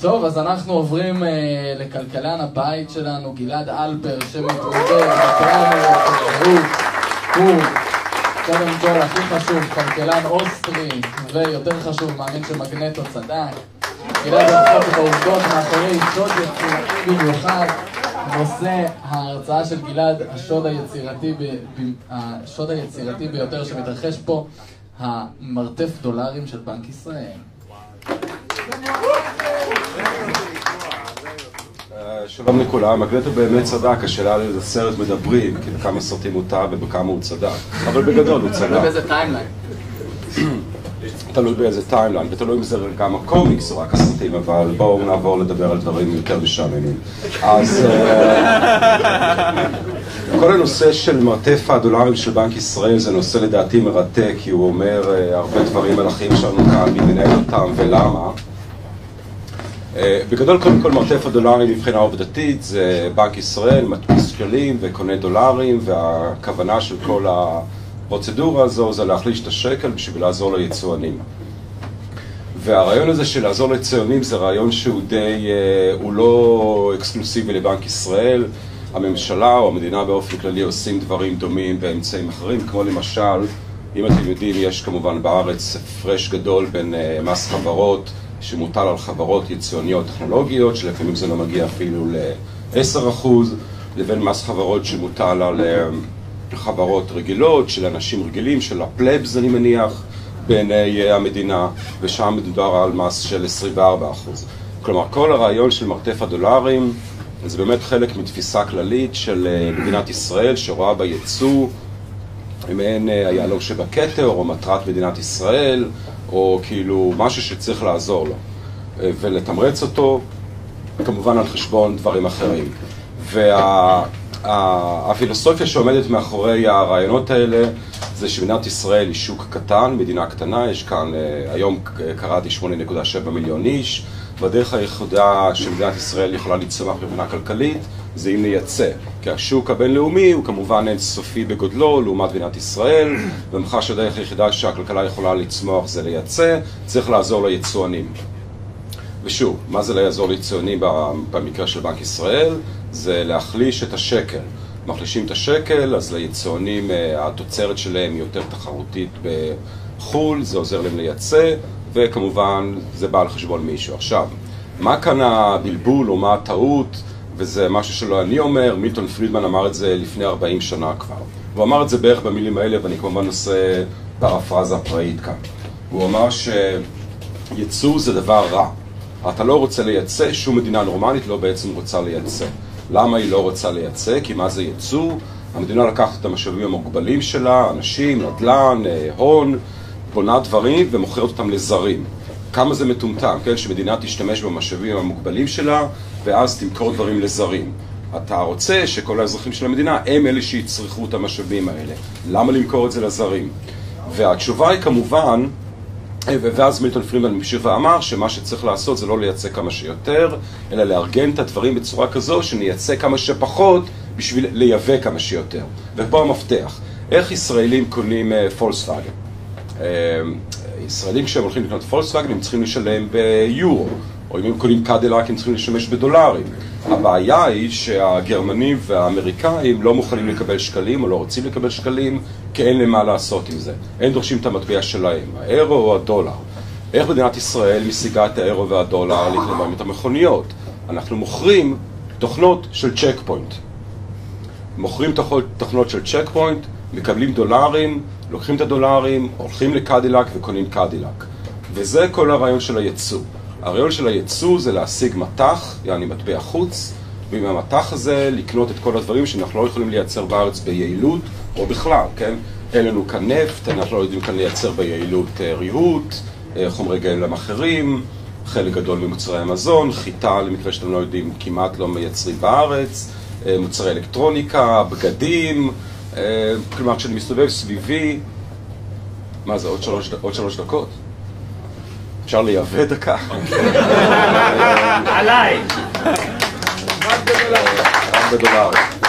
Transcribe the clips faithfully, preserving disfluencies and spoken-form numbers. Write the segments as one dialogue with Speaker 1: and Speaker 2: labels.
Speaker 1: טוב, אז אנחנו עוברים uh, לכלכלן הבית שלנו, גלעד אלפר, שמתמודד בטראומה, הוא קודם כל הכי חשוב, כלכלן אוסטרי, ויותר חשוב, מאמין שמגנטו צדק. גלעד יחשוף את העובדות מאחורי שוד יצירתי במיוחד. נושא ההרצאה של גלעד, השוד היצירתי, ב, ב, השוד היצירתי ביותר שמתרחש פה, המרתף דולרים של בנק ישראל.
Speaker 2: שלום לכולם, מגנטו באמת צדק, השאלה על איזה סרט מדברים, כי בכמה סרטים הוא טעה ובכמה הוא צדק, אבל בגדול הוא צדק.
Speaker 1: תלוי באיזה טיימליין.
Speaker 2: תלוי באיזה טיימליין, ותלוי אם זה גם הקומיקס או רק הסרטים, אבל בואו נעבור לדבר על דברים יותר משעממים. אז כל הנושא של מרתף הדולרים של בנק ישראל זה נושא לדעתי מרתק, כי הוא אומר הרבה דברים על החיים שלנו כאן, מי מנהל אותם ולמה. בגדול, קודם כל, מרתף הדולרים מבחינה עובדתית זה בנק ישראל, מדפיס שקלים וקונה דולרים, והכוונה של כל הפרוצדורה הזו זה להחליש את השקל בשביל לעזור ליצואנים. והרעיון הזה של לעזור ליצואנים זה רעיון שהוא די, הוא לא אקסקלוסיבי לבנק ישראל. הממשלה או המדינה באופן כללי עושים דברים דומים באמצעים אחרים, כמו למשל, אם אתם יודעים, יש כמובן בארץ הפרש גדול בין מס חברות, שמוטל על חברות יצואניות טכנולוגיות, שלפעמים זה לא מגיע אפילו ל-עשרה אחוז, לבין מס חברות שמוטל על חברות רגילות, של אנשים רגילים, של הפלאבס אני מניח, בעיני המדינה, ושם מדובר על מס של עשרים וארבעה אחוז. כלומר, כל הרעיון של מרתף הדולרים, זה באמת חלק מתפיסה כללית של מדינת ישראל, שרואה ביצוא, אם אין היהלום שבכתר, או מטרת מדינת ישראל, או כאילו משהו שצריך לעזור לו, ולתמרץ אותו, כמובן על חשבון דברים אחרים. והפילוסופיה שעומדת מאחורי הרעיונות האלה, זה שמדינת ישראל היא שוק קטן, מדינה קטנה, יש כאן, היום קראתי שמונה נקודה שבע מיליון איש, והדרך היחידה שמדינת ישראל יכולה לצמח מבחינה כלכלית, זה אם נייצא. כי השוק הבינלאומי הוא כמובן אינסופי בגודלו לעומת מדינת ישראל, ומאחר שהדרך היחידה שהכלכלה יכולה לצמוח זה לייצא, צריך לעזור ליצואנים. ושוב, מה זה לעזור ליצואנים במקרה של בנק ישראל? זה להחליש את השקל. מחלישים את השקל, אז ליצואנים התוצרת שלהם היא יותר תחרותית בחול, זה עוזר להם לייצא, וכמובן זה בא על חשבון מישהו. עכשיו, מה כאן הבלבול או מה הטעות? וזה משהו שלא אני אומר, מילטון פרידמן אמר את זה לפני ארבעים שנה כבר. הוא אמר את זה בערך במילים האלה, ואני כמובן עושה פרפרזה פראית כאן. הוא אמר שייצוא זה דבר רע. אתה לא רוצה לייצא, שום מדינה נורמלית לא בעצם רוצה לייצא. למה היא לא רוצה לייצא? כי מה זה ייצוא? המדינה לקחת את המשאבים המוגבלים שלה, אנשים, נדל"ן, הון, בונה דברים ומוכרת אותם לזרים. כמה זה מטומטם, כן? שמדינה תשתמש במשאבים המוגבלים שלה, ואז תמכור דברים לזרים. אתה רוצה שכל האזרחים של המדינה הם אלה שיצרכו את המשאבים האלה. למה למכור את זה לזרים? והתשובה היא כמובן, ואז מילטון פרידמן המשיך ואמר שמה שצריך לעשות זה לא לייצא כמה שיותר, אלא לארגן את הדברים בצורה כזו שנייצא כמה שפחות בשביל לייבא כמה שיותר. ופה המפתח. איך ישראלים קונים פולקסווגן? ישראלים כשהם הולכים לקנות פולקסווגן הם צריכים לשלם ביורו, או אם הם קונים קדילק הם צריכים לשמש בדולרים. הבעיה היא שהגרמנים והאמריקאים לא מוכנים לקבל שקלים או לא רוצים לקבל שקלים, כי אין להם מה לעשות עם זה. הם דורשים את המטבע שלהם, האירו או הדולר. איך מדינת ישראל משיגה את האירו והדולר לקנות את המכוניות? אנחנו מוכרים תוכנות של צ'ק פוינט. מוכרים תוכנות של צ'ק פוינט, מקבלים דולרים, לוקחים את הדולרים, הולכים לקדילק וקונים קדילק. וזה כל הרעיון של הייצוא. הרעיון של הייצוא זה להשיג מטח, יעני מטבע חוץ, ועם המטח הזה לקנות את כל הדברים שאנחנו לא יכולים לייצר בארץ ביעילות, או בכלל, כן? אין לנו כאן נפט, אנחנו לא יודעים כאן לייצר ביעילות ריהוט, חומרי גלם אחרים, חלק גדול ממוצרי המזון, חיטה, למקרה שאתם לא יודעים, כמעט לא מייצרים בארץ, מוצרי אלקטרוניקה, בגדים, כלומר, כשאני מסתובב סביבי, מה זה, עוד שלוש, עוד שלוש דקות? אפשר לייבא דקה?
Speaker 3: עליי!
Speaker 2: רק בדולר.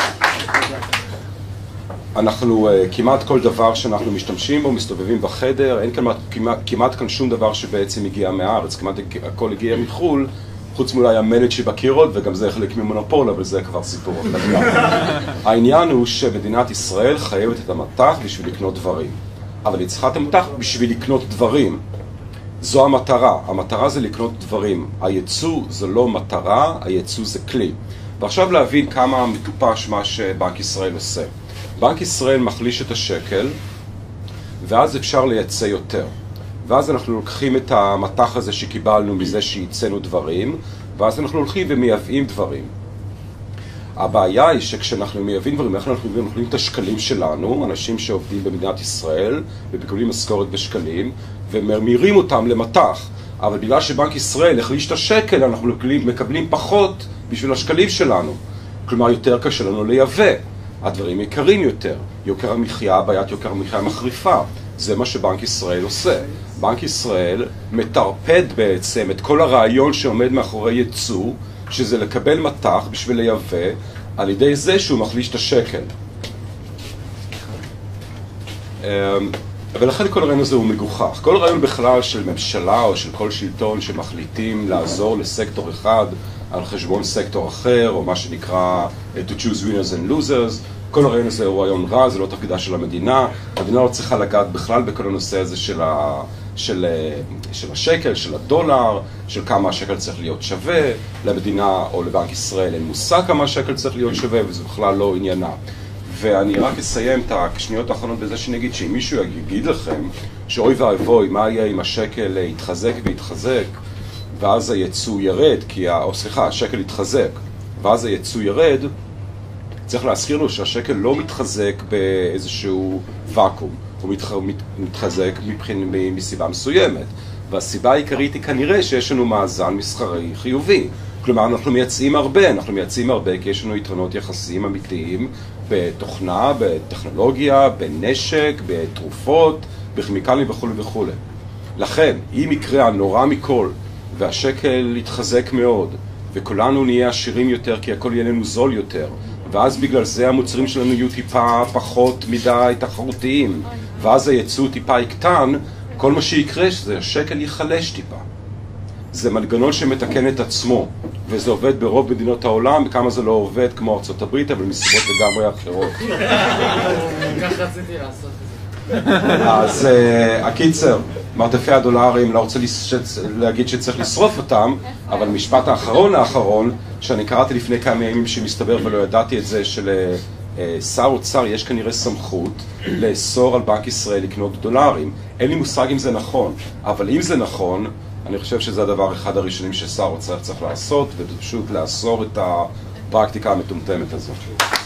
Speaker 2: אנחנו, כמעט כל דבר שאנחנו משתמשים בו, מסתובבים בחדר, אין כמעט, כמעט, כמעט כאן שום דבר שבעצם הגיע מהארץ, כמעט הכל הגיע מחול, חוץ מאולי המלט שבקירות, וגם זה חלק ממונופול, אבל זה כבר סיפור אחר. העניין הוא שמדינת ישראל חייבת את המטח בשביל לקנות דברים. אבל היא צריכה את המטח בשביל לקנות דברים. זו המטרה. המטרה זה לקנות דברים. הייצוא זה לא מטרה, הייצוא זה כלי. ועכשיו להבין כמה מטופש מה שבנק ישראל עושה. בנק ישראל מחליש את השקל, ואז אפשר לייצא יותר. ואז אנחנו לוקחים את המטח הזה שקיבלנו מזה שייצאנו דברים, ואז אנחנו הולכים ומייבאים דברים. הבעיה היא שכשאנחנו מייבאים דברים, אנחנו מייבאים את השקלים שלנו, אנשים שעובדים במדינת ישראל, ומקבלים משכורת בשקלים, וממירים אותם למטח. אבל בגלל שבנק ישראל החליש את השקל, אנחנו מקבלים פחות בשביל השקלים שלנו. כלומר, יותר קשה לנו לייבא. הדברים יקרים יותר. יוקר המחיה, בעיית יוקר המחיה מחריפה. זה מה שבנק ישראל עושה. בנק ישראל מטרפד בעצם את כל הרעיון שעומד מאחורי ייצוא, שזה לקבל מטח בשביל לייבא, על ידי זה שהוא מחליש את השקל. ולכן כל הרעיון הזה הוא מגוחך. כל הרעיון בכלל של ממשלה או של כל שלטון שמחליטים לעזור לסקטור אחד על חשבון סקטור אחר, או מה שנקרא to choose winners and losers, כל הרעיון הזה הוא רעיון רע, זה לא תפקידה של המדינה. המדינה לא צריכה לגעת בכלל בכל הנושא הזה של, ה... של... של השקל, של הדולר, של כמה השקל צריך להיות שווה. למדינה או לבנק ישראל אין מושג כמה השקל צריך להיות שווה, וזה בכלל לא עניינה. ואני רק אסיים את השניות האחרונות בזה שנגיד שאם מישהו יגיד לכם שאוי ואבוי, מה יהיה אם השקל יתחזק ויתחזק, ואז הייצוא ירד, כי ה... או סליחה, השקל יתחזק, ואז הייצוא ירד, צריך להזכיר לו שהשקל לא מתחזק באיזשהו ואקום, הוא מתחזק מבחין, מסיבה מסוימת. והסיבה העיקרית היא כנראה שיש לנו מאזן מסחרי חיובי. כלומר, אנחנו מייצאים הרבה, אנחנו מייצאים הרבה כי יש לנו יתרונות יחסיים אמיתיים בתוכנה, בטכנולוגיה, בנשק, בתרופות, בכימיקלים וכו' וכו'. לכן, אם יקרה הנורא מכל והשקל יתחזק מאוד, וכולנו נהיה עשירים יותר כי הכל יהיה לנו זול יותר, ואז בגלל זה המוצרים שלנו יהיו טיפה פחות מדי תחרותיים, ואז הייצוא טיפה יקטן, כל מה שיקרה שזה השקל ייחלש טיפה. זה מנגנון שמתקן את עצמו, וזה עובד ברוב מדינות העולם, וכמה זה לא עובד כמו ארצות הברית, אבל מסיבות לגמרי אחרות.
Speaker 1: כך רציתי לעשות את זה.
Speaker 2: אז הקיצר, מרתפי הדולרים, לא רוצה להגיד שצריך לשרוף אותם, אבל משפט האחרון האחרון, שאני קראתי לפני כמה ימים שמסתבר ולא ידעתי את זה, של שר אוצר יש כנראה סמכות לאסור על בנק ישראל לקנות דולרים. אין לי מושג אם זה נכון, אבל אם זה נכון, אני חושב שזה הדבר אחד הראשונים ששר אוצר צריך לעשות, ופשוט לאסור את הפרקטיקה המטומטמת הזאת.